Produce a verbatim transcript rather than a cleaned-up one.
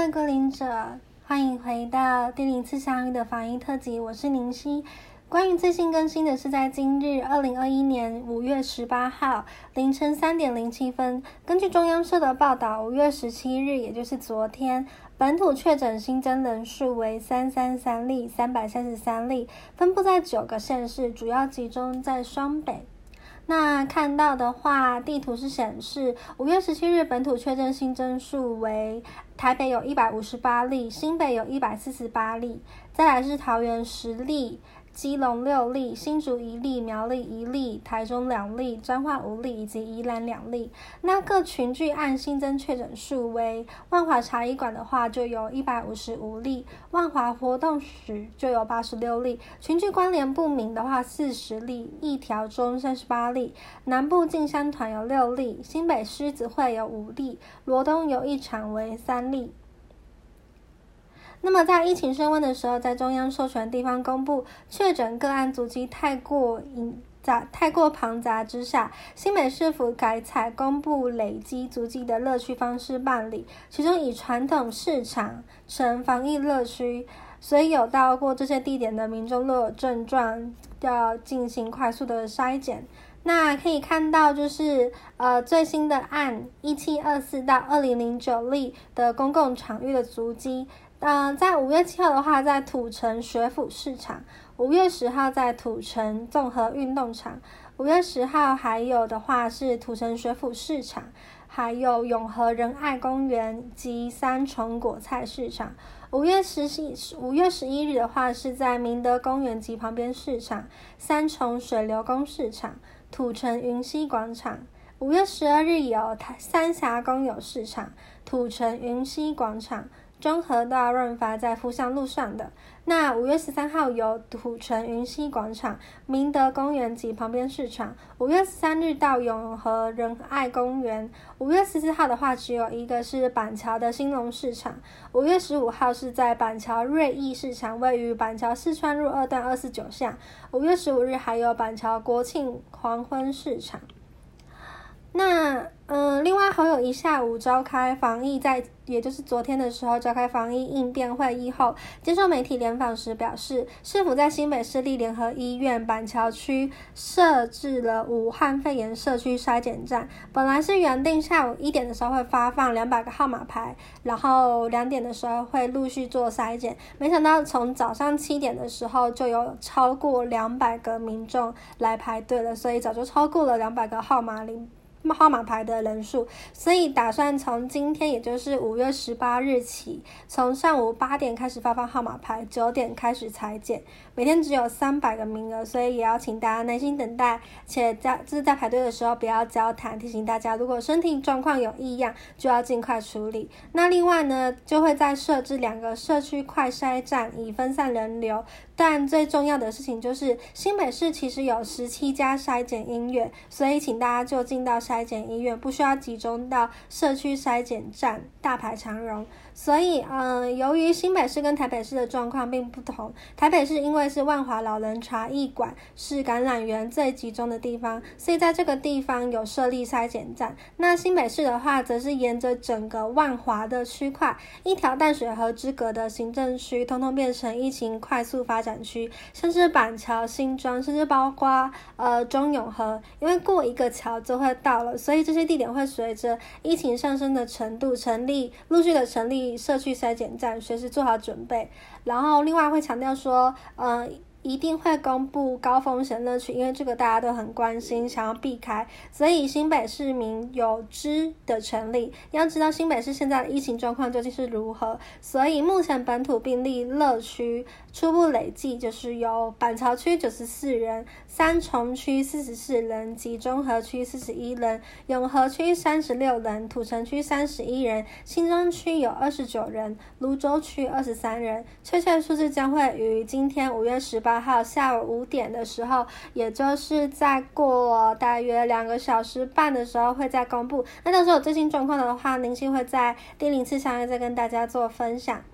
位归零者，欢迎回到第零次相遇的法医特辑，我是宁熙。关于最新更新的是在今日二零二一年五月十八号凌晨三点零七分，根据中央社的报道，五月十七日，也就是昨天，本土确诊新增人数为三百三十三例，三百三十三例，分布在九个县市，主要集中在双北。那看到的话，地图是显示五月十七日本土确诊新增数为台北有一百五十八例，新北有一百四十八例，再来是桃园十例，基隆六例，新竹一例，苗栗一例，台中两例，彰化五例，以及宜兰两例。那各群聚案新增确诊数为万华茶艺馆的话就有一百五十五例，万华活动室就有八十六例，群聚关联不明的话四十例，一条中三十八例，南部进香团有六例，新北狮子会有五例，罗东有一场为三例。那么在疫情升温的时候，在中央授权地方公布确诊个案足迹太过隐杂太过庞杂之下，新北市府改采公布累积足迹的乐区方式办理，其中以传统市场成防疫乐区，所以有到过这些地点的民众若有症状，要进行快速的筛检。那可以看到就是呃最新的案一七二四到二零零九例的公共场域的足迹。呃，在五月七号的话，在土城学府市场；五月十号在土城综合运动场；五月十号还有的话是土城学府市场，还有永和仁爱公园及三重果菜市场。五月十五月十一日的话是在明德公园及旁边市场、三重水流宫市场、土城云溪广场。五月十二日有三峡公有市场、土城云溪广场。中和到润发在复向路上的。那五月十三号有土城云溪广场、明德公园及旁边市场。五月十三日到永和仁爱公园。五月十四号的话只有一个是板桥的兴隆市场。五月十五号是在板桥瑞义市场，位于板桥四川路二段二四九巷。五月十五日还有板桥国庆黄昏市场。那嗯、呃，另外还有一下午召开防疫在，也就是昨天的时候召开防疫应变会议后，接受媒体联访时表示，市府在新北市立联合医院板桥区设置了武汉肺炎社区筛检站，本来是原定下午一点的时候会发放两百个号码牌，然后两点的时候会陆续做筛检，没想到从早上七点的时候就有超过两百个民众来排队了，所以早就超过了两百个号码铃。号码牌的人数，所以打算从今天，也就是五月十八日起，从上午八点开始发放号码牌，九点开始采检，每天只有三百个名额，所以也要请大家耐心等待，且在就是在排队的时候不要交谈，提醒大家如果身体状况有异样，就要尽快处理。那另外呢，就会再设置两个社区快筛站，以分散人流。但最重要的事情就是，新北市其实有十七家筛检医院，所以请大家就近到筛检医院，不需要集中到社区筛检站大排长龙。所以，嗯、呃，由于新北市跟台北市的状况并不同，台北市因为是万华老人茶艺馆是感染源最集中的地方，所以在这个地方有设立筛检站。那新北市的话，则是沿着整个万华的区块，一条淡水河之隔的行政区，通通变成疫情快速发展区，像是板桥、新庄，甚至包括呃中永和，因为过一个桥就会到了，所以这些地点会随着疫情上升的程度，成立陆续的成立社区筛检站，随时做好准备。然后另外会强调说，呃，一定会公布高风险乐区，因为这个大家都很关心，想要避开，所以新北市民有知的成立，要知道新北市现在的疫情状况究竟是如何。所以目前本土病例乐区初步累计就是有板桥区九十四人，三重区四十四人，及中和区四十一人，永和区三十六人，土城区三十一人，新庄区有二十九人，芦洲区二十三人。确切数字将会于今天五月十八号下午五点的时候，也就是再过大约两个小时半的时候会再公布。那到时候有最新状况的话，宁熙会在第零次相约再跟大家做分享。